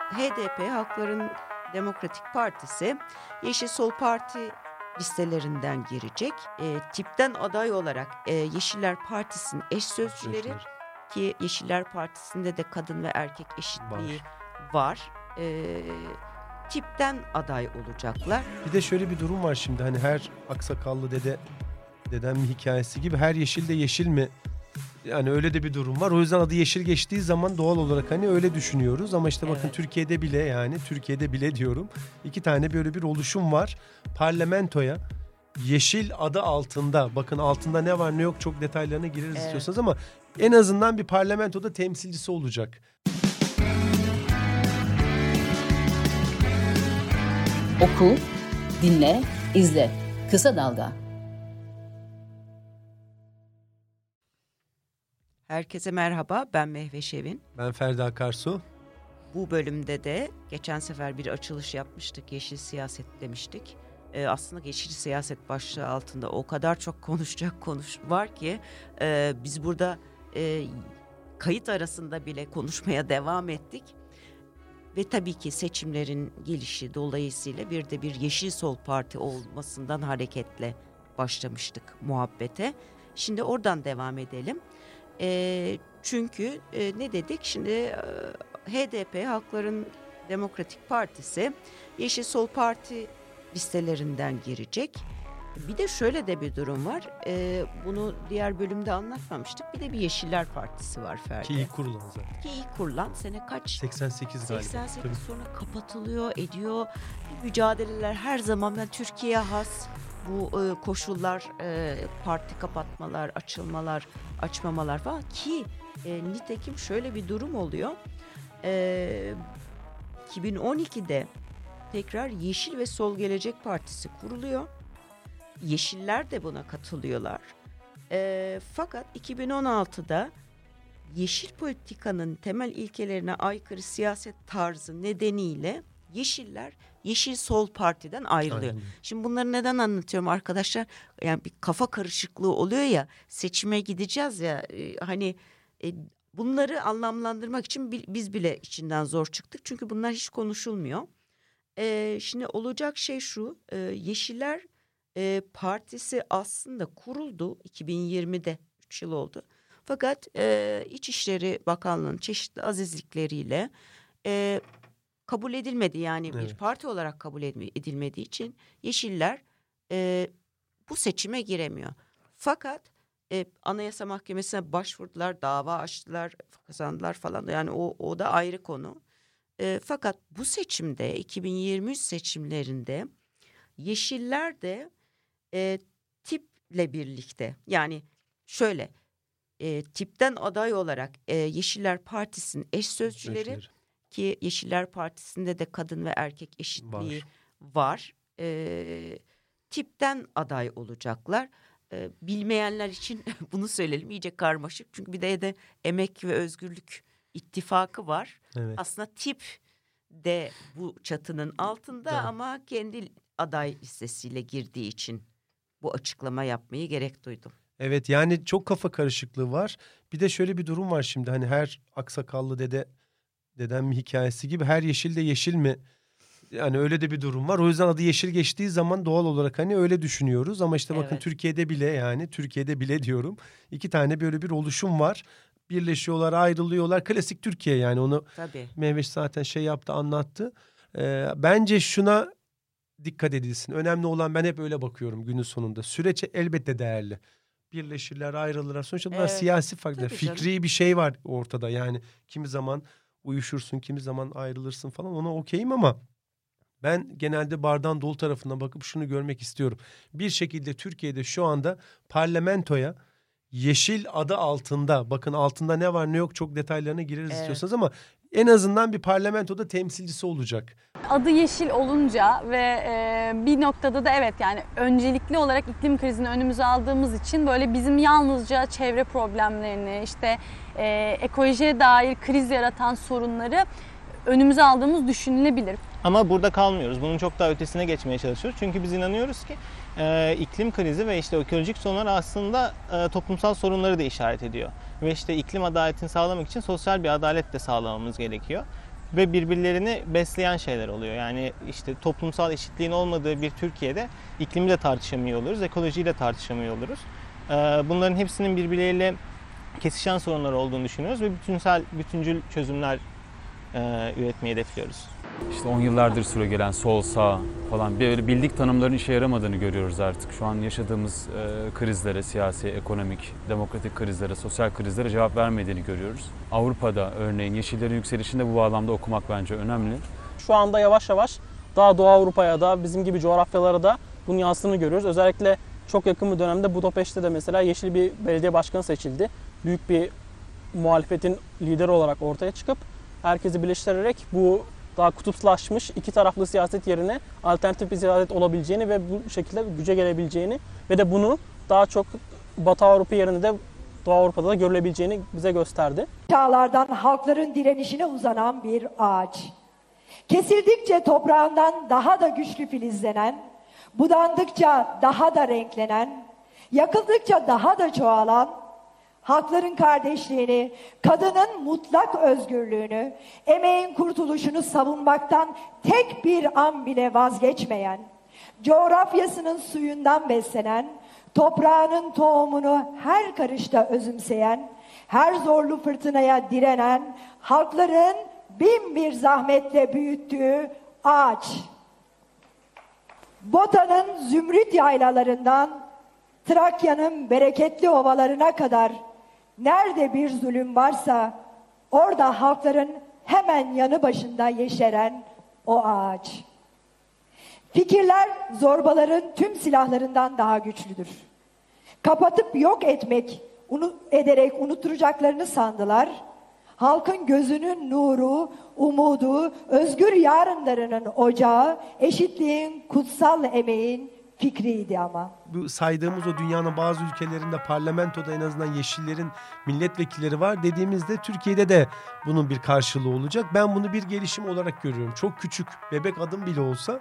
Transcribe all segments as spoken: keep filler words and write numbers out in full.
H D P Halkların Demokratik Partisi Yeşil Sol Parti listelerinden girecek. E, tipten aday olarak e, Yeşiller Partisi'nin eş sözcüleri Sözcüler. ki Yeşiller Partisi'nde de kadın ve erkek eşitliği Var. var. E, tipten aday olacaklar. Bir de şöyle bir durum var şimdi, hani her aksakallı dede dedem hikayesi gibi her yeşil de yeşil mi? Yani öyle de bir durum var. O yüzden adı yeşil geçtiği zaman doğal olarak hani öyle düşünüyoruz. Ama işte bakın Evet. Türkiye'de bile, yani Türkiye'de bile diyorum, iki tane böyle bir oluşum var. Parlamentoya yeşil adı altında, bakın altında ne var ne yok çok detaylarına gireriz Evet. istiyorsanız, ama en azından bir parlamentoda temsilcisi olacak. Oku, dinle, izle. Kısa Dalga. Herkese merhaba, ben Mehve Şevin. Ben Ferdi Akarsu. Bu bölümde de geçen sefer bir açılış yapmıştık, yeşil siyaset demiştik. Ee, aslında yeşil siyaset başlığı altında o kadar çok konuşacak konuş var ki e, biz burada e, kayıt arasında bile konuşmaya devam ettik. Ve tabii ki seçimlerin gelişi dolayısıyla bir de bir Yeşil Sol Parti olmasından hareketle başlamıştık muhabbete. Şimdi oradan devam edelim. E, çünkü e, ne dedik? Şimdi e, H D P Halkların Demokratik Partisi Yeşil Sol Parti listelerinden girecek. Bir de şöyle de bir durum var. E, bunu diğer bölümde anlatmamıştık. Bir de bir Yeşiller Partisi var Ferdi. Ki ilk kurulan zaten. Ki ilk kurulan sene kaç? seksen sekiz galiba. seksen sekiz Tabii. sonra kapatılıyor, ediyor. Mücadeleler her zaman, ben Türkiye'ye has bu e, koşullar, e, parti kapatmalar, açılmalar, açmamalar falan ki e, nitekim şöyle bir durum oluyor. E, iki bin on ikide tekrar Yeşil ve Sol Gelecek Partisi kuruluyor. Yeşiller de buna katılıyorlar. E, fakat iki bin on altıda yeşil politikanın temel ilkelerine aykırı siyaset tarzı nedeniyle Yeşiller Yeşil Sol Parti'den ayrılıyor. Aynen. Şimdi bunları neden anlatıyorum arkadaşlar? Yani bir kafa karışıklığı oluyor ya, seçime gideceğiz ya, e, hani e, bunları anlamlandırmak için bi- biz bile içinden zor çıktık. Çünkü bunlar hiç konuşulmuyor. E, şimdi olacak şey şu, e, Yeşiller e, Partisi aslında kuruldu iki bin yirmide, üç yıl oldu. Fakat e, İçişleri Bakanlığı'nın çeşitli azizlikleriyle e, kabul edilmedi. Yani bir Evet. parti olarak kabul edilme- edilmediği için Yeşiller e, bu seçime giremiyor. Fakat e, Anayasa Mahkemesi'ne başvurdular, dava açtılar, kazandılar falan. Yani o, o da ayrı konu. E, fakat bu seçimde, iki bin yirmi üç seçimlerinde Yeşiller de e, tiple birlikte, yani şöyle, e, tipten aday olarak e, Yeşiller Partisi'nin eş sözcüleri Sözcüler. ki Yeşiller Partisi'nde de kadın ve erkek eşitliği Var. var. E, tipten aday olacaklar. E, bilmeyenler için bunu söyleyelim, iyice karmaşık. Çünkü bir de, de Emek ve Özgürlük İttifakı var. Evet. Aslında tip de bu çatının altında Evet. ama kendi aday listesiyle girdiği için bu açıklama yapmayı gerek duydum. Evet, yani çok kafa karışıklığı var. Bir de şöyle bir durum var şimdi, hani her aksakallı dede dedem hikayesi gibi her yeşil de yeşil mi? Yani öyle de bir durum var. O yüzden adı yeşil geçtiği zaman doğal olarak hani öyle düşünüyoruz. Ama işte bakın Evet. Türkiye'de bile, yani Türkiye'de bile diyorum, iki tane böyle bir oluşum var. Birleşiyorlar, ayrılıyorlar. Klasik Türkiye, yani onu Tabii. Mehmet zaten şey yaptı, anlattı. Ee, bence şuna dikkat edilsin. Önemli olan, ben hep öyle bakıyorum günün sonunda. Süreç elbette değerli. Birleşirler, ayrılırlar. Sonuçta bunlar Evet, siyasi farklar. tabii canım. Fikri bir şey var ortada. Yani kimi zaman uyuşursun, kimi zaman ayrılırsın falan. Ona okeyim, ama ben genelde bardağın dolu tarafına bakıp şunu görmek istiyorum. Bir şekilde Türkiye'de şu anda parlamentoya yeşil adı altında, bakın altında ne var ne yok çok detaylarına gireriz Evet. istiyorsanız, ama en azından bir parlamentoda temsilcisi olacak. Adı yeşil olunca ve e, bir noktada da evet, yani öncelikli olarak iklim krizini önümüze aldığımız için böyle bizim yalnızca çevre problemlerini, işte e, ekolojiye dair kriz yaratan sorunları önümüze aldığımız düşünülebilir. Ama burada kalmıyoruz. Bunun çok daha ötesine geçmeye çalışıyoruz. Çünkü biz inanıyoruz ki e, iklim krizi ve işte ekolojik sorunlar aslında e, toplumsal sorunları da işaret ediyor. Ve işte iklim adaletini sağlamak için sosyal bir adalet de sağlamamız gerekiyor. ve birbirlerini besleyen şeyler oluyor. Yani işte toplumsal eşitliğin olmadığı bir Türkiye'de iklimi de tartışamıyor oluruz, ekolojiyi de tartışamıyor oluruz. Bunların hepsinin birbirleriyle kesişen sorunlar olduğunu düşünüyoruz ve bütünsel, bütüncül çözümler üretmeyi hedefliyoruz. İşte on yıllardır süregelen sol sağ falan böyle bildik tanımların işe yaramadığını görüyoruz artık. Şu an yaşadığımız e, krizlere, siyasi, ekonomik, demokratik krizlere, sosyal krizlere cevap vermediğini görüyoruz. Avrupa'da örneğin yeşillerin yükselişinde bu bağlamda okumak bence önemli. Şu anda yavaş yavaş daha Doğu Avrupa'ya da bizim gibi coğrafyalara da bunun yansıdığını görüyoruz. Özellikle çok yakın bir dönemde Budapeşte de mesela yeşil bir belediye başkanı seçildi. Büyük bir muhalefetin lideri olarak ortaya çıkıp herkesi birleştirerek bu daha kutuplaşmış iki taraflı siyaset yerine alternatif bir siyaset olabileceğini ve bu şekilde güce gelebileceğini ve de bunu daha çok Batı Avrupa yerine de Doğu Avrupa'da da görülebileceğini bize gösterdi. Çağlardan halkların direnişine uzanan bir ağaç. Kesildikçe toprağından daha da güçlü filizlenen, budandıkça daha da renklenen, yakıldıkça daha da çoğalan, hakların kardeşliğini, kadının mutlak özgürlüğünü, emeğin kurtuluşunu savunmaktan tek bir an bile vazgeçmeyen, coğrafyasının suyundan beslenen, toprağının tohumunu her karışta özümseyen, her zorlu fırtınaya direnen, halkların bin bir zahmetle büyüttüğü ağaç. Bota'nın zümrüt yaylalarından Trakya'nın bereketli ovalarına kadar nerede bir zulüm varsa orada halkların hemen yanı başında yeşeren o ağaç. Fikirler zorbaların tüm silahlarından daha güçlüdür. Kapatıp yok etmek unu, ederek unutturacaklarını sandılar. Halkın gözünün nuru, umudu, özgür yarınlarının ocağı, eşitliğin, kutsal emeğin fikriydi ama. Bu saydığımız o dünyanın bazı ülkelerinde parlamentoda en azından yeşillerin milletvekilleri var dediğimizde Türkiye'de de bunun bir karşılığı olacak. Ben bunu bir gelişim olarak görüyorum. Çok küçük, bebek adım bile olsa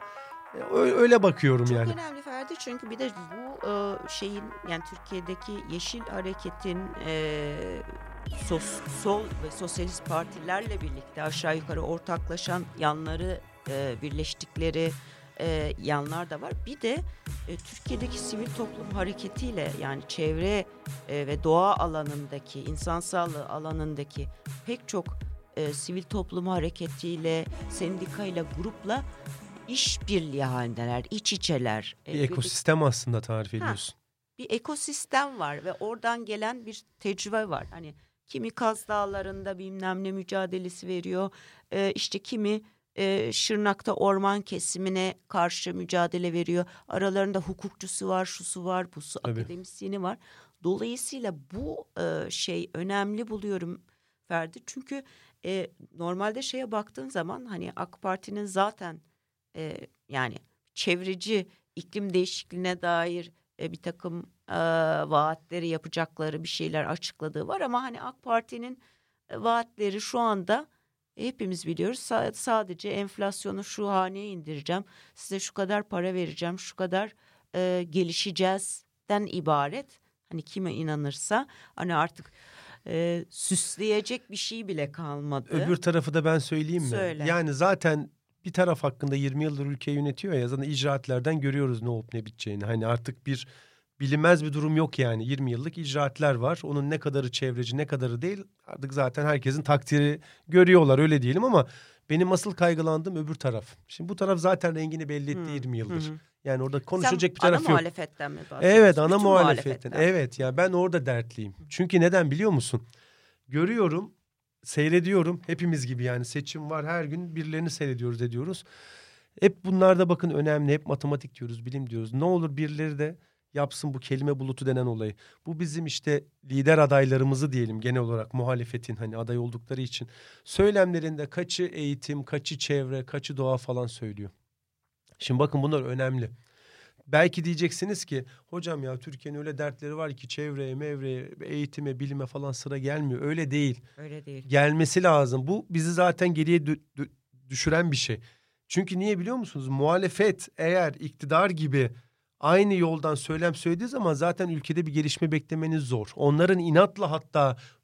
öyle bakıyorum Çok yani. Çok önemli Ferdi, çünkü bir de bu e, şeyin, yani Türkiye'deki yeşil hareketin e, sos, sol ve sosyalist partilerle birlikte aşağı yukarı ortaklaşan yanları, e, birleştikleri e, yanlar da var. Bir de e, Türkiye'deki sivil toplum hareketiyle, yani çevre e, ve doğa alanındaki, insan sağlığı alanındaki pek çok e, sivil toplum hareketiyle, sendikayla, grupla işbirliği halindeler, iç içeler. Bir ekosistem aslında tarif ediyorsun. Ha, bir ekosistem var ve oradan gelen bir tecrübe var. Hani kimi Kaz Dağları'nda bilmem ne mücadelesi veriyor, ee, işte kimi e, Şırnak'ta orman kesimine karşı mücadele veriyor. Aralarında hukukçusu var, şusu var, busu, Tabii. akademisyeni var. Dolayısıyla bu e, şey önemli buluyorum Ferdi. Çünkü e, normalde şeye baktığın zaman hani AK Parti'nin zaten e, yani çevreci, iklim değişikliğine dair e, bir takım e, vaatleri yapacakları bir şeyler açıkladığı var. Ama hani AK Parti'nin e, vaatleri şu anda hepimiz biliyoruz. Sa- sadece enflasyonu şu haneye indireceğim, size şu kadar para vereceğim, şu kadar e, gelişeceğizden ibaret. Hani kime inanırsa, hani artık e, süsleyecek bir şey bile kalmadı. Öbür tarafı da ben söyleyeyim mi? Söyle. Yani zaten bir taraf hakkında yirmi yıldır ülkeyi yönetiyor ya, zaten icraatlerden görüyoruz ne olup ne biteceğini. Hani artık bir bilinmez bir durum yok yani. yirmi yıllık icraatler var. Onun ne kadarı çevreci, ne kadarı değil, artık zaten herkesin takdiri görüyorlar, öyle diyelim, ama benim asıl kaygılandığım öbür taraf. Şimdi bu taraf zaten rengini belli etti hmm. yirmi yıldır. Hmm. Yani orada konuşacak bir taraf yok. Ana muhalefetten mi bahsediyorsun? Evet, ana muhalefetten. Evet, yani ben orada dertliyim. Çünkü neden biliyor musun? Görüyorum, seyrediyorum, hepimiz gibi yani, seçim var, her gün birilerini seyrediyoruz, ediyoruz. Hep bunlar da bakın önemli, hep matematik diyoruz, bilim diyoruz. Ne olur birileri de yapsın bu kelime bulutu denen olayı. Bu bizim işte lider adaylarımızı diyelim, genel olarak muhalefetin hani aday oldukları için söylemlerinde kaçı eğitim, kaçı çevre, kaçı doğa falan söylüyor. Şimdi bakın bunlar önemli. Belki diyeceksiniz ki hocam ya Türkiye'nin öyle dertleri var ki çevreye, mevreye, eğitime, bilime falan sıra gelmiyor. Öyle değil. Öyle değil. Gelmesi lazım. Bu bizi zaten geriye dü- dü- düşüren bir şey. Çünkü niye biliyor musunuz? Muhalefet eğer iktidar gibi aynı yoldan söylem söylediği zaman zaten ülkede bir gelişme beklemeniz zor. Onların inatla hatta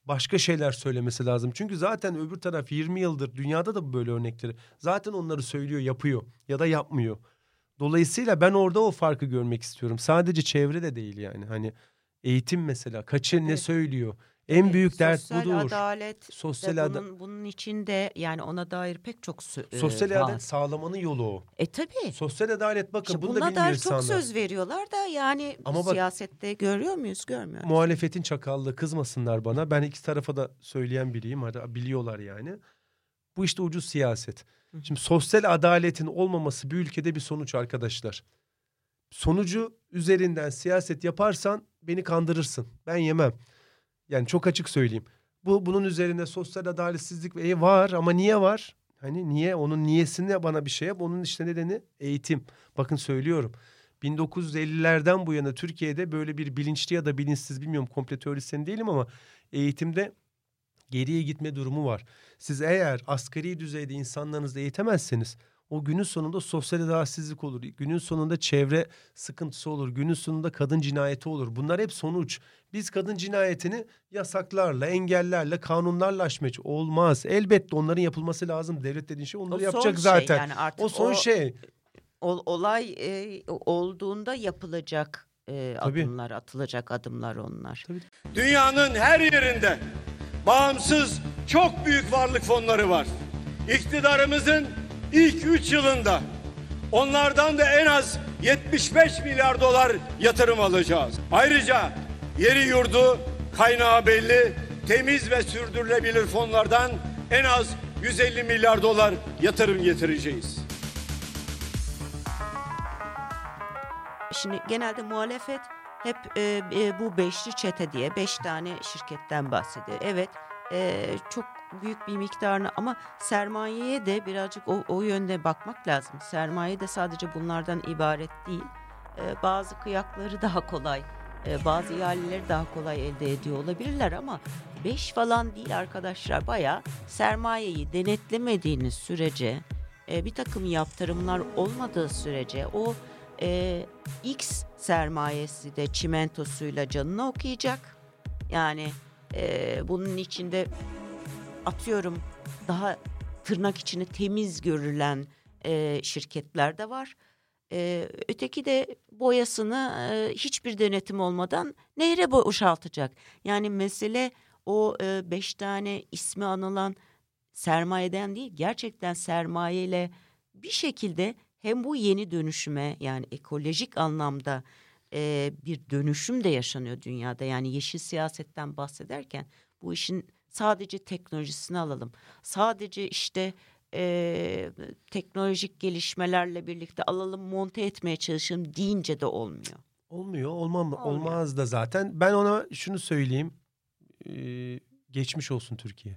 başka şeyler söylemesi lazım. Çünkü zaten öbür taraf yirmi yıldır dünyada da böyle örnekleri. Zaten onları söylüyor, yapıyor ya da yapmıyor. Dolayısıyla ben orada o farkı görmek istiyorum. Sadece çevre de değil yani. Hani eğitim mesela kaçı evet. ne söylüyor? En evet, büyük dert sosyal budur. Adalet sosyal adalet. Bunun, bunun içinde yani ona dair pek çok sö- sosyal e, adalet sağlamanın yolu o. E tabii. Sosyal adalet bakın işte bunu da bilmiyor dair insanlar. çok söz veriyorlar da yani ama siyasette bak, görüyor muyuz? Görmüyoruz. Muhalefetin çakallığı, kızmasınlar bana. Ben iki tarafa da söyleyen biriyim. Hadi biliyorlar yani. Bu işte ucuz siyaset. Hı. Şimdi sosyal adaletin olmaması bir ülkede bir sonuç arkadaşlar. Sonucu üzerinden siyaset yaparsan beni kandırırsın. Ben yemem. Yani çok açık söyleyeyim. Bu bunun üzerine sosyal adaletsizlik ve var ama niye var? Hani niye? Onun niyesinde bana bir şey yap. Onun işte nedeni eğitim. Bakın söylüyorum. bin dokuz yüz ellilerden bu yana Türkiye'de böyle bir bilinçli ya da bilinçsiz bilmiyorum komple teorisyeni değilim ama eğitimde geriye gitme durumu var. Siz eğer asgari düzeyde insanlarınızı eğitemezseniz o günün sonunda sosyal adaletsizlik olur. Günün sonunda çevre sıkıntısı olur. Günün sonunda kadın cinayeti olur. Bunlar hep sonuç. Biz kadın cinayetini yasaklarla, engellerle, kanunlarla aşmak olmaz. Elbette onların yapılması lazım. Devlet dediğin şey onları o yapacak zaten. Şey, yani artık o son o, şey. O, olay e, olduğunda yapılacak e, adımlar, atılacak adımlar onlar. Tabii. Dünyanın her yerinde bağımsız çok büyük varlık fonları var. İktidarımızın İlk üç yılında onlardan da en az yetmiş beş milyar dolar yatırım alacağız. Ayrıca yeri yurdu, kaynağı belli, temiz ve sürdürülebilir fonlardan en az yüz elli milyar dolar yatırım getireceğiz. Şimdi genelde muhalefet hep e, e, bu beşli çete diye beş tane şirketten bahsediyor. Evet, e, çok büyük bir miktarını ama sermayeye de birazcık o, o yönde bakmak lazım. Sermaye de sadece bunlardan ibaret değil. Ee, bazı kıyakları daha kolay, e, bazı ihaleleri daha kolay elde ediyor olabilirler ama beş falan değil arkadaşlar. Bayağı sermayeyi denetlemediğiniz sürece, e, bir takım yaptırımlar olmadığı sürece o e, X sermayesi de çimentosuyla canını okuyacak. Yani e, bunun içinde atıyorum daha tırnak içine temiz görülen e, şirketler de var. E, öteki de boyasını e, hiçbir denetim olmadan nehre boşaltacak. Yani mesele o e, beş tane ismi anılan sermayeden değil, gerçekten sermayeyle bir şekilde hem bu yeni dönüşüme yani ekolojik anlamda e, bir dönüşüm de yaşanıyor dünyada. Yani yeşil siyasetten bahsederken bu işin sadece teknolojisini alalım. Sadece işte e, teknolojik gelişmelerle birlikte alalım, monte etmeye çalışalım deyince de olmuyor. Olmuyor, olmam, olmaz da zaten. Ben ona şunu söyleyeyim. Ee, geçmiş olsun Türkiye.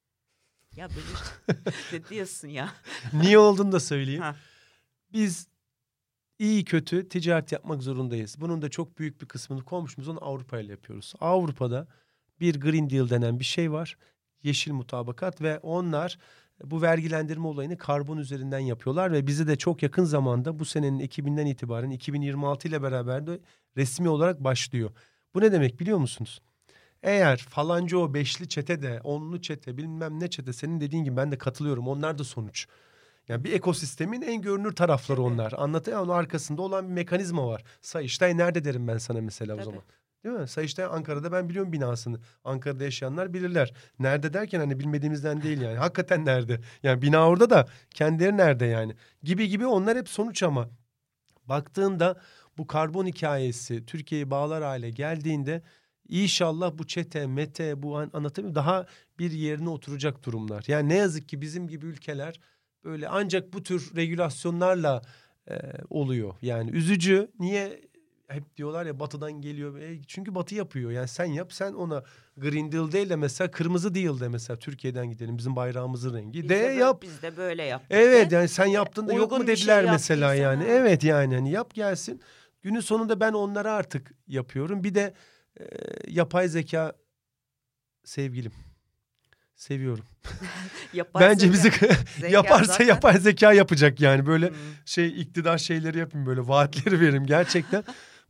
Ya böyle ne diyorsun ya? Niye olduğunu da söyleyeyim. Ha. Biz iyi kötü ticaret yapmak zorundayız. Bunun da çok büyük bir kısmını komşumuzun Avrupa ile yapıyoruz. Avrupa'da bir Green Deal denen bir şey var. Yeşil mutabakat ve onlar bu vergilendirme olayını karbon üzerinden yapıyorlar ve bizi de çok yakın zamanda bu senenin Ekim'inden itibaren iki bin yirmi altı ile beraber de resmi olarak başlıyor. Bu ne demek biliyor musunuz? Eğer falanca o beşli çete de onlu çete bilmem ne çete senin dediğin gibi ben de katılıyorum. Onlar da sonuç. Yani bir ekosistemin en görünür tarafları onlar. Anlatıyor onun arkasında olan bir mekanizma var. Sayıştay nerede derim ben sana mesela o Tabii. zaman. Değil mi? Sayıştay Ankara'da ben biliyorum binasını. Ankara'da yaşayanlar bilirler. Nerede derken hani bilmediğimizden değil yani. Hakikaten nerede? Yani bina orada da kendileri nerede yani? Gibi gibi onlar hep sonuç ama baktığında bu karbon hikayesi Türkiye'yi bağlar hale geldiğinde İnşallah bu çete, mete, bu an, anlatayım daha bir yerine oturacak durumlar. Yani ne yazık ki bizim gibi ülkeler böyle ancak bu tür regülasyonlarla e, oluyor. Yani üzücü. Niye hep diyorlar ya batıdan geliyor. E, çünkü batı yapıyor. Yani sen yap, sen ona Green Deal değil de mesela kırmızı deal de mesela Türkiye'den gidelim. Bizim bayrağımızın rengi. Biz de, de böyle, yap. Biz de böyle yaptık. Evet yani sen yaptın da yok mu dediler şey mesela yani. Ha. Evet yani hani yap gelsin. Günün sonunda ben onları artık yapıyorum. Bir de e, yapay zeka sevgilim. Seviyorum. Bence bizi yaparsa zaten... yapay zeka yapacak yani böyle hmm. şey iktidar şeyleri yapayım böyle vaatleri veririm gerçekten.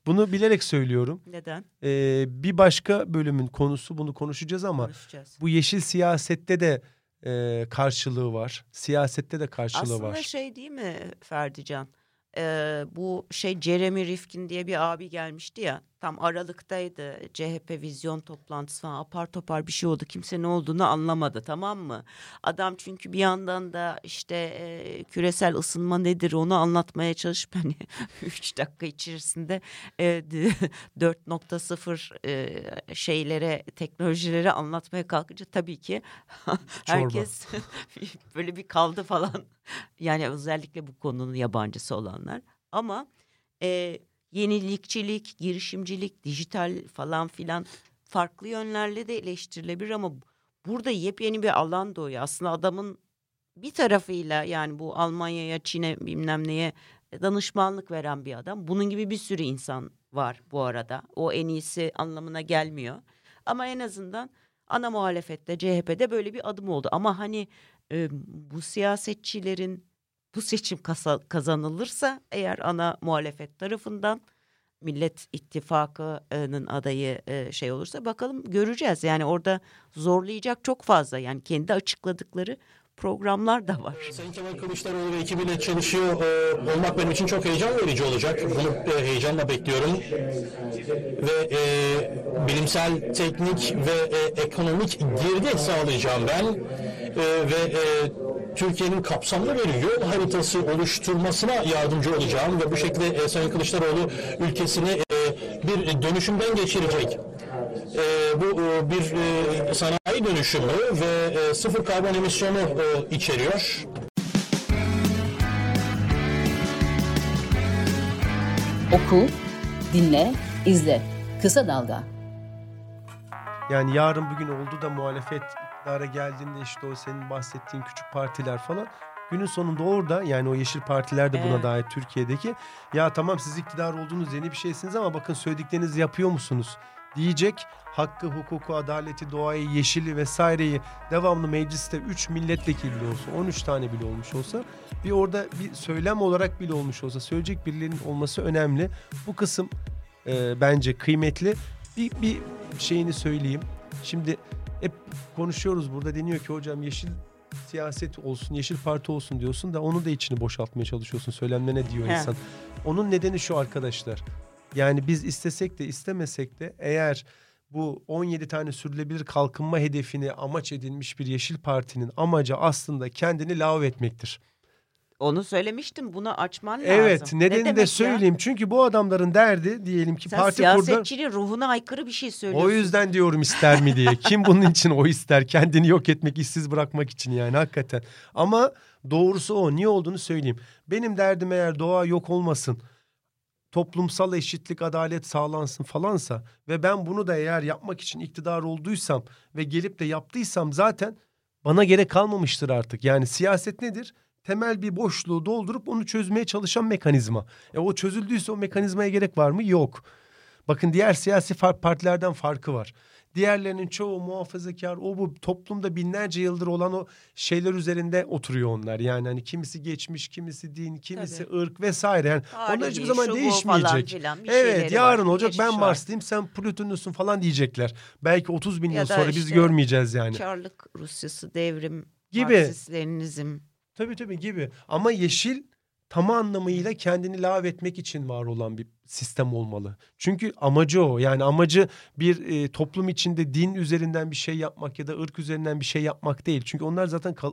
Bunu bilerek söylüyorum. Neden? Ee, bir başka bölümün konusu, bunu konuşacağız ama Konuşacağız. bu yeşil siyasette de e, karşılığı var. Siyasette de karşılığı Aslında var. Aslında şey değil mi Ferdican? Ee, bu şey Jeremy Rifkin diye bir abi gelmişti ya, tam Aralık'taydı, C H P vizyon toplantısı falan, apar topar bir şey oldu, kimse ne olduğunu anlamadı, tamam mı? Adam çünkü bir yandan da işte e, küresel ısınma nedir onu anlatmaya çalışıp hani üç dakika içerisinde e, dört nokta sıfır e, şeylere, teknolojilere anlatmaya kalkınca tabii ki herkes böyle bir kaldı falan. Yani özellikle bu konunun yabancısı olanlar. Ama e, yenilikçilik, girişimcilik, dijital falan filan farklı yönlerle de eleştirilebilir ama burada yepyeni bir alan doğuyor. Aslında adamın bir tarafıyla, yani bu Almanya'ya, Çin'e bilmem neye danışmanlık veren bir adam. Bunun gibi bir sürü insan var bu arada. O en iyisi anlamına gelmiyor. Ama en azından ana muhalefette, C H P'de böyle bir adım oldu. Ama hani e, bu siyasetçilerin bu seçim kazanılırsa eğer ana muhalefet tarafından, Millet İttifakı'nın adayı e, şey olursa bakalım, göreceğiz. Yani orada zorlayacak çok fazla, yani kendi açıkladıkları programlar da var. Sayın Kemal Kılıçdaroğlu ve ekibiyle çalışıyor e, olmak benim için çok heyecan verici olacak. Bunu e, heyecanla bekliyorum. Ve e, bilimsel, teknik ve e, ekonomik girdi sağlayacağım ben. E, ve e, Türkiye'nin kapsamlı bir yol haritası oluşturmasına yardımcı olacağım. Ve bu şekilde e, Sayın Kılıçdaroğlu ülkesini e, bir dönüşümden geçirecek. E, bu e, bir e, sanayi dönüşümü ve e, sıfır karbon emisyonu e, içeriyor. Oku, dinle, izle. Kısa Dalga. Yani yarın bugün oldu da muhalefet iktidara geldiğinde işte o senin bahsettiğin küçük partiler falan, günün sonunda orada, yani o yeşil partiler de buna Evet. dair Türkiye'deki, ya tamam siz iktidar olduğunuz yeni bir şeysiniz ama bakın söylediklerinizi yapıyor musunuz diyecek, hakkı, hukuku, adaleti, doğayı, yeşili vesaireyi devamlı mecliste üç milletvekili olsa, on üç tane bile olmuş olsa, bir orada bir söylem olarak bile olmuş olsa söyleyecek birilerinin olması önemli. Bu kısım e, bence kıymetli. Bir, bir şeyini söyleyeyim. Şimdi hep konuşuyoruz burada, deniyor ki hocam yeşil siyaset olsun, yeşil parti olsun diyorsun da onu da içini boşaltmaya çalışıyorsun. Söylemlerine diyor He. insan. Onun nedeni şu arkadaşlar. Yani biz istesek de istemesek de eğer bu on yedi tane sürdürülebilir kalkınma hedefini amaç edinmiş bir yeşil partinin amacı aslında kendini lağvetmektir. Onu söylemiştim, bunu açman lazım. Evet, nedeni Ne demek de ya? söyleyeyim. Çünkü bu adamların derdi, diyelim ki Sen parti kurdu. siyasetçinin ruhuna aykırı bir şey söylüyorsun. O yüzden diyorum ister mi diye. Kim bunun için o ister? Kendini yok etmek, işsiz bırakmak için yani hakikaten. Ama doğrusu o. Niye olduğunu söyleyeyim. Benim derdim eğer doğa yok olmasın, toplumsal eşitlik, adalet sağlansın falansa ve ben bunu da eğer yapmak için iktidar olduysam ve gelip de yaptıysam zaten bana gerek kalmamıştır artık. Yani siyaset nedir? Temel bir boşluğu doldurup onu çözmeye çalışan mekanizma. E o çözüldüyse o mekanizmaya gerek var mı? Yok. Bakın diğer siyasi partilerden farkı var. Diğerlerinin çoğu muhafazakar, o bu toplumda binlerce yıldır olan o şeyler üzerinde oturuyor onlar. Yani hani kimisi geçmiş, kimisi din, kimisi Tabii. ırk vesaire. Yani Tarihi, onlar hiçbir zaman şu bu değişmeyecek. falan filan bir Evet, şeyleri yarın var. olacak Geçmiş ben var. Marslıyım, sen Plütonlusun falan diyecekler. Belki otuz bin Ya yıl da sonra biz işte görmeyeceğiz yani. Karlık Rusyası, devrim, Gibi. Marksist-Leninizm. Tabii tabii gibi. Ama yeşil tam anlamıyla kendini lağvetmek için var olan bir sistem olmalı. Çünkü amacı o. Yani amacı bir e, toplum içinde din üzerinden bir şey yapmak ya da ırk üzerinden bir şey yapmak değil. Çünkü onlar zaten kal-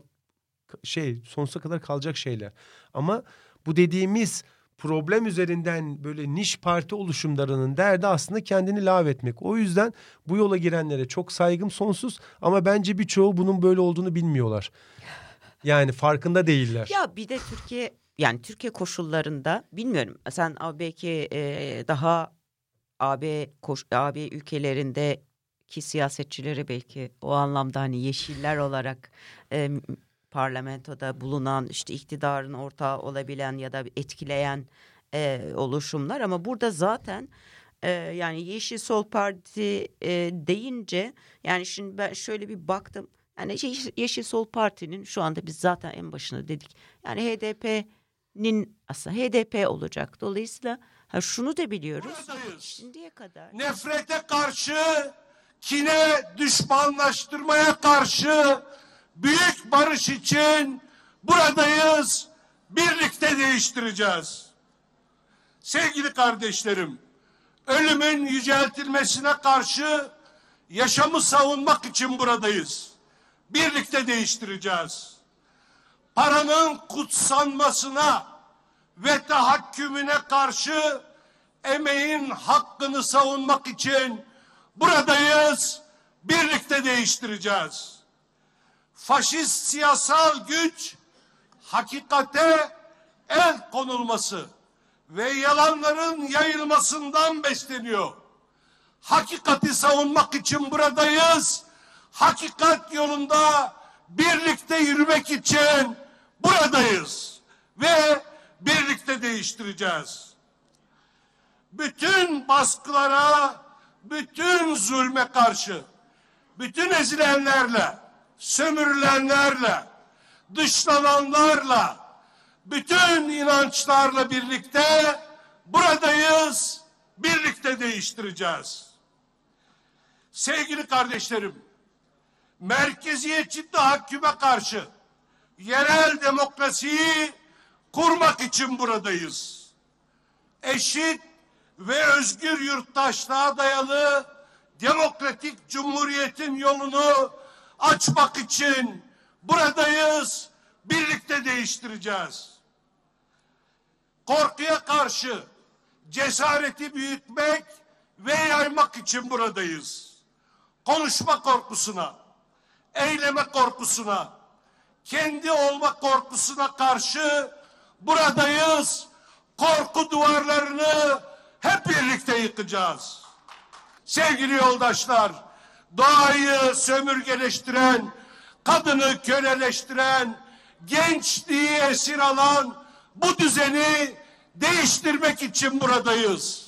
şey sonsuza kadar kalacak şeyler. Ama bu dediğimiz problem üzerinden böyle niş parti oluşumlarının derdi aslında kendini lağvetmek. O yüzden bu yola girenlere çok saygım sonsuz ama bence birçoğu bunun böyle olduğunu bilmiyorlar. Yani farkında değiller. Ya bir de Türkiye, yani Türkiye koşullarında bilmiyorum, sen belki e, daha A B koş, A B ülkelerindeki siyasetçileri belki o anlamda hani yeşiller olarak e, parlamentoda bulunan, işte iktidarın ortağı olabilen ya da etkileyen e, oluşumlar, ama burada zaten e, yani Yeşil Sol Parti e, deyince, yani şimdi ben şöyle bir baktım. Yani Yeşil Sol Parti'nin şu anda biz zaten en başında dedik. Yani H D P'nin aslında H D P olacak. Dolayısıyla Ha şunu da biliyoruz. Buradayız. Şimdiye kadar Nefrete karşı, kine, düşmanlaştırmaya karşı büyük barış için buradayız. Birlikte değiştireceğiz. Sevgili kardeşlerim, ölümün yüceltilmesine karşı yaşamı savunmak için buradayız. Birlikte değiştireceğiz. Paranın kutsanmasına ve tahakkümüne karşı emeğin hakkını savunmak için buradayız. Birlikte değiştireceğiz. Faşist siyasal güç hakikate el konulması ve yalanların yayılmasından besleniyor. Hakikati savunmak için buradayız. Hakikat yolunda birlikte yürümek için buradayız. Ve birlikte değiştireceğiz. Bütün baskılara, bütün zulme karşı, bütün ezilenlerle, sömürülenlerle, dışlananlarla, bütün inançlarla birlikte buradayız, birlikte değiştireceğiz. Sevgili kardeşlerim, merkeziyetçi tahakküme karşı yerel demokrasiyi kurmak için buradayız. Eşit ve özgür yurttaşlığa dayalı demokratik cumhuriyetin yolunu açmak için buradayız, birlikte değiştireceğiz. Korkuya karşı cesareti büyütmek ve yaymak için buradayız. Konuşma korkusuna, eyleme korkusuna, kendi olma korkusuna karşı buradayız. Korku duvarlarını hep birlikte yıkacağız. Sevgili yoldaşlar, doğayı sömürgeleştiren, kadını köleleştiren, gençliği esir alan bu düzeni değiştirmek için buradayız.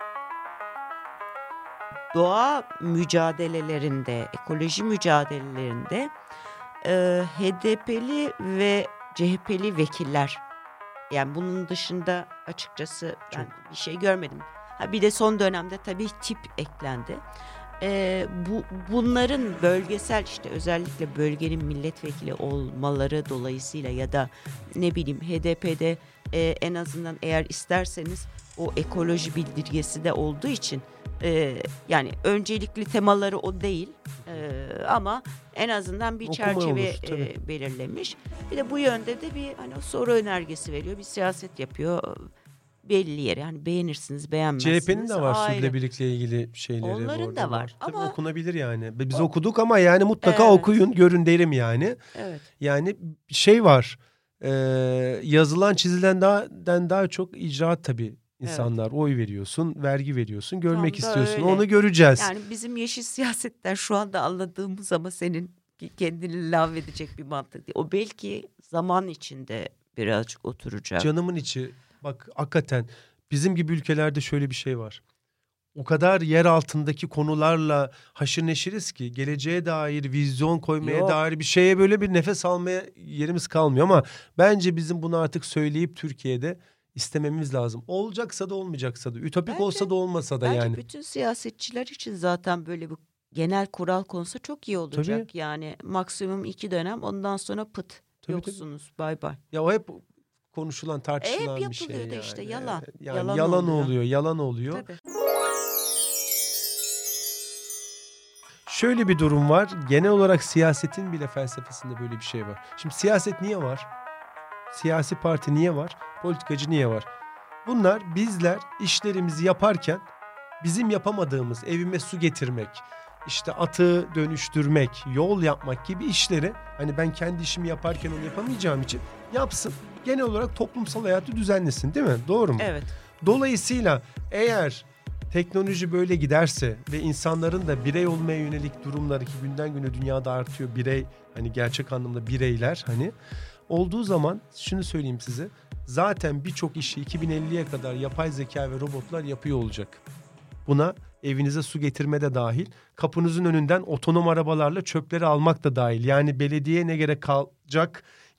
Doğa mücadelelerinde, ekoloji mücadelelerinde e, H D P'li ve C H P'li vekiller, yani bunun dışında açıkçası ben bir şey görmedim. Ha bir de son dönemde tabii tip eklendi. Ee, bu bunların bölgesel, işte özellikle bölgenin milletvekili olmaları dolayısıyla ya da ne bileyim H D P'de e, en azından eğer isterseniz o ekoloji bildirgesi de olduğu için e, yani öncelikli temaları o değil e, ama en azından bir Okuma çerçeve olur, e, belirlemiş. Bir de bu yönde de bir hani soru önergesi veriyor, bir siyaset yapıyor. Belli yere, yani beğenirsiniz, beğenmezsiniz. C H P'nin de var ayrı. sürdürülebilirlikle ilgili şeyleri. Onların da var. Tabii Ama okunabilir yani. Biz o... okuduk ama yani mutlaka evet. okuyun, görün derim yani. Evet. Yani şey var. E, yazılan çizilen daha, daha çok icraat tabii. İnsanlar evet. Oy veriyorsun, vergi veriyorsun, görmek Tam istiyorsun. öyle. Onu göreceğiz. Yani bizim yeşil siyasetten şu anda anladığımız ama senin kendini lağvedecek bir mantık değil. O belki zaman içinde birazcık oturacak. Canımın içi. Bak hakikaten bizim gibi ülkelerde şöyle bir şey var. O kadar yer altındaki konularla haşır neşiriz ki geleceğe dair vizyon koymaya Yok. dair bir şeye böyle bir nefes almaya yerimiz kalmıyor ama bence bizim bunu artık söyleyip Türkiye'de istememiz lazım. Olacaksa da olmayacaksa da, ütopik Bence- olsa da olmasa da Bence yani. bütün siyasetçiler için zaten böyle bir genel kural konsa çok iyi olacak. Tabii. Yani maksimum iki dönem, ondan sonra pıt. Tabii, Yoksunuz, bay bay. Ya o hep konuşulan, tartışılan Hep bir şey yapılıyor da yani. işte, yalan. Yani Yalan yalan, oluyor. oluyor, yalan oluyor. Tabii. Şöyle bir durum var. Genel olarak siyasetin bile felsefesinde böyle bir şey var. Şimdi siyaset niye var? Siyasi parti niye var? Politikacı niye var? Bunlar bizler işlerimizi yaparken bizim yapamadığımız, evime su getirmek, işte atı dönüştürmek, yol yapmak gibi işleri hani ben kendi işimi yaparken onu yapamayacağım için yapsın. Genel olarak toplumsal hayatı düzenlesin, değil mi? Doğru mu? Evet. Dolayısıyla eğer teknoloji böyle giderse ve insanların da birey olmaya yönelik durumları, ki günden güne dünyada artıyor, birey, hani gerçek anlamda bireyler hani olduğu zaman şunu söyleyeyim size, zaten birçok işi iki bin elliye kadar yapay zeka ve robotlar yapıyor olacak. Buna evinize su getirme de dahil, kapınızın önünden otonom arabalarla çöpleri almak da dahil. Yani belediye ne gerek kalacak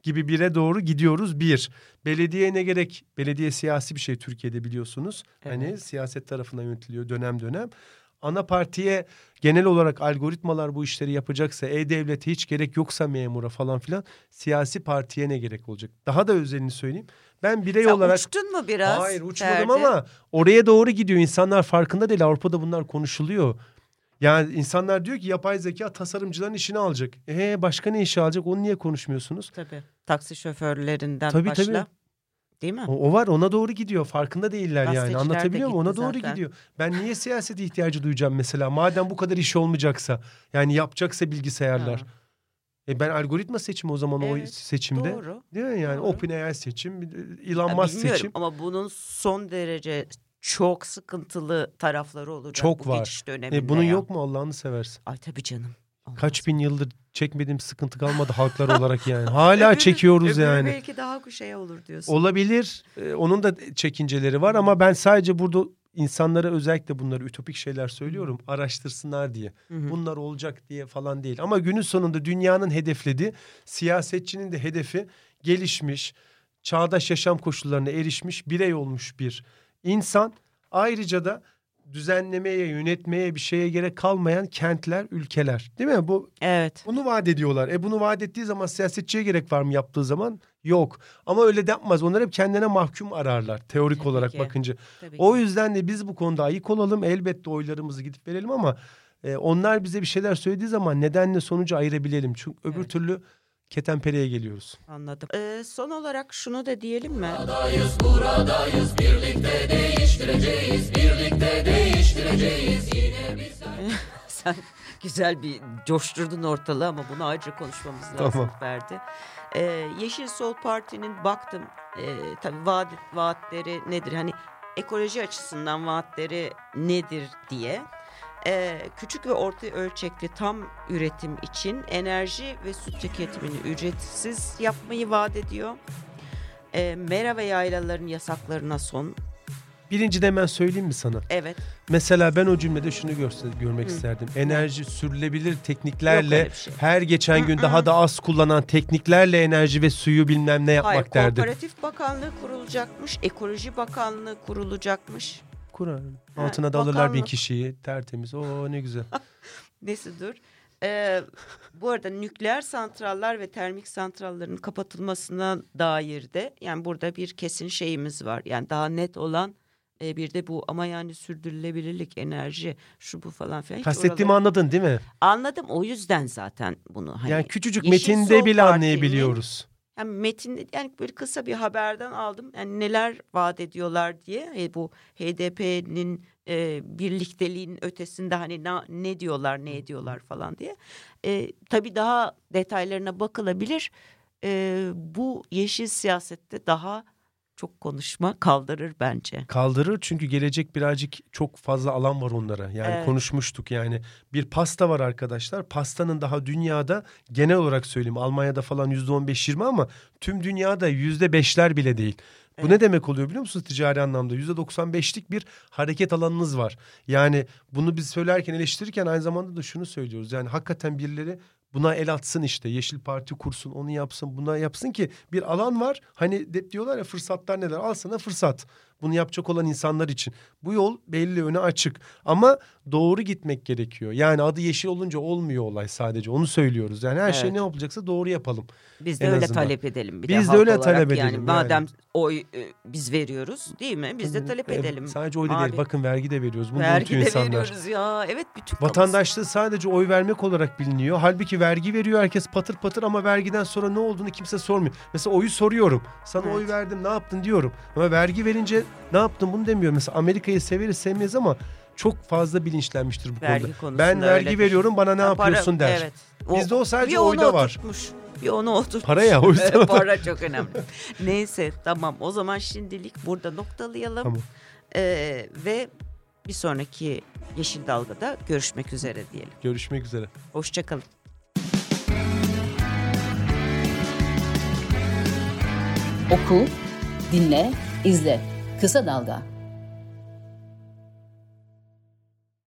gibi bire doğru gidiyoruz bir. Belediye ne gerek? Belediye siyasi bir şey Türkiye'de biliyorsunuz. Evet. Hani siyaset tarafından yönetiliyor dönem dönem. Ana partiye genel olarak algoritmalar bu işleri yapacaksa, e-devlete hiç gerek yoksa memura falan filan, siyasi partiye ne gerek olacak? Daha da özelini söyleyeyim. Ben birey Sen olarak... uçtun mu biraz? Hayır uçmadım Ferdi? ama oraya doğru gidiyor. İnsanlar farkında değil. Avrupa'da bunlar konuşuluyor. Yani insanlar diyor ki yapay zeka tasarımcıların işini alacak. Ee başka ne işi alacak? Onu niye konuşmuyorsunuz? Tabii. Taksi şoförlerinden tabii, başla. Tabii. Değil mi? O, o var, ona doğru gidiyor. Farkında değiller yani. Anlatabiliyor muyum? Ona doğru zaten. gidiyor. Ben niye siyasete ihtiyacı duyacağım mesela? Madem bu kadar iş olmayacaksa. Yani yapacaksa bilgisayarlar. Ha. E ben algoritma seçimi o zaman evet, o seçimde. Doğru. Değil mi yani? Doğru. OpenAI seçim, Elon Musk seçim. Ama bunun son derece çok sıkıntılı tarafları olacak. Çok bu var. Geçiş döneminde e bunun ya. yok mu Allah'ını seversin? Ay tabii canım. Olmaz. Kaç bin yıldır çekmediğim sıkıntı kalmadı halklar olarak yani. Hala çekiyoruz yani. Belki daha şey olur diyorsun. Olabilir. Ee, onun da çekinceleri var ama ben sadece burada insanlara özellikle bunları ütopik şeyler söylüyorum. Hı. Araştırsınlar diye. Hı hı. Bunlar olacak diye falan değil. Ama günün sonunda dünyanın hedeflediği, siyasetçinin de hedefi gelişmiş, çağdaş yaşam koşullarına erişmiş, birey olmuş bir insan. Ayrıca da düzenlemeye, yönetmeye bir şeye gerek kalmayan kentler, ülkeler. Değil mi? Bu evet. Bunu vaat ediyorlar. E bunu vaat ettiği zaman siyasetçiye gerek var mı yaptığı zaman? Yok. Ama öyle de yapmaz. Onlar hep kendine mahkum ararlar teorik Tabii olarak ki. bakınca. Tabii o yüzden de biz bu konuda ayık olalım. Elbette oylarımızı gidip verelim ama e, onlar bize bir şeyler söylediği zaman nedenle sonucu ayırabilelim. Çünkü öbür evet. türlü ketenpereye geliyoruz. Anladım. Ee, son olarak şunu da diyelim mi? Buradayız, buradayız, birlikte değiştireceğiz, birlikte değiştireceğiz. Yine biz... Sen güzel bir coşturdun ortalığı ama bunu ayrıca konuşmamız lazım tamam. Ferdi. Ee, Yeşil Sol Parti'nin baktım e, tabii vaat, vaatleri nedir? Hani ekoloji açısından vaatleri nedir diye. Ee, küçük ve orta ölçekli tam üretim için enerji ve su tüketimini ücretsiz yapmayı vaat ediyor. Ee, mera ve yaylaların yasaklarına son. Birinci de hemen söyleyeyim mi sana? Evet. Mesela ben o cümlede şunu görse, görmek Hı. isterdim. Enerji sürdürülebilir tekniklerle şey. her geçen gün Hı-hı. daha da az kullanan tekniklerle enerji ve suyu bilmem ne yapmak Hayır, derdi. Kooperatif Bakanlığı kurulacakmış, Ekoloji Bakanlığı kurulacakmış. Kurar. Altına ha, da alırlar bakanlık. bin kişiyi. Tertemiz. Oo ne güzel. Neyse dur. Ee, bu arada nükleer santrallar ve termik santrallerin kapatılmasına dair de yani burada bir kesin şeyimiz var. Yani daha net olan e, bir de bu ama yani sürdürülebilirlik, enerji, şu bu falan filan. Kastettiğimi oraları... anladın değil mi? Anladım. O yüzden zaten bunu. Hani yani küçücük metinde bile anlayabiliyoruz. Yani metinde yani böyle kısa bir haberden aldım. Yani neler vaat ediyorlar diye. E, bu H D P'nin e, birlikteliğin ötesinde hani na, ne diyorlar, ne ediyorlar falan diye. E, tabii daha detaylarına bakılabilir. E, bu yeşil siyasette daha çok konuşma kaldırır bence. Kaldırır çünkü gelecek birazcık çok fazla alan var onlara. Yani evet. konuşmuştuk yani. Bir pasta var arkadaşlar. Pastanın daha dünyada genel olarak söyleyeyim Almanya'da falan yüzde on beş yirmi ama tüm dünyada yüzde beşler bile değil. Bu evet. ne demek oluyor biliyor musunuz ticari anlamda? yüzde doksan beşlik bir hareket alanınız var. Yani bunu biz söylerken eleştirirken aynı zamanda da şunu söylüyoruz. Yani hakikaten birileri buna el atsın işte. Yeşil Parti kursun, onu yapsın, buna yapsın ki bir alan var. Hani de, diyorlar ya fırsatlar neler? Al sana fırsat. Bunu yapacak olan insanlar için. Bu yol belli öne açık. Ama doğru gitmek gerekiyor. Yani adı yeşil olunca olmuyor olay sadece. Onu söylüyoruz. Yani her evet. şey ne yapılacaksa doğru yapalım. Biz de öyle azından. talep edelim. Bir biz de, de öyle talep edelim. Yani madem oy e, biz veriyoruz değil mi? Biz de talep e, edelim. Sadece oy da değil. Bakın vergi de veriyoruz. Bunu vergi de insanlar. veriyoruz ya. Evet bütün vatandaşlığı sadece oy vermek olarak biliniyor. Halbuki vergi veriyor herkes patır patır ama vergiden sonra ne olduğunu kimse sormuyor. Mesela oyu soruyorum. Sana evet. oy verdim ne yaptın diyorum. Ama vergi verince ne yaptın bunu demiyor. Mesela Amerika'yı severiz sevmeyiz ama çok fazla bilinçlenmiştir bu vergi konuda. Ben vergi veriyorum bana ne ha, yapıyorsun para, der. Evet. O, Bizde o sadece oyda var. Oturtmuş. Bir onu oturtmuş. Para ya o yüzden. Para çok önemli. Neyse tamam o zaman şimdilik burada noktalayalım. Tamam. Ee, ve bir sonraki Yeşil Dalga'da görüşmek üzere diyelim. Görüşmek üzere. Hoşçakalın. Oku, dinle, izle. Kısa Dalga.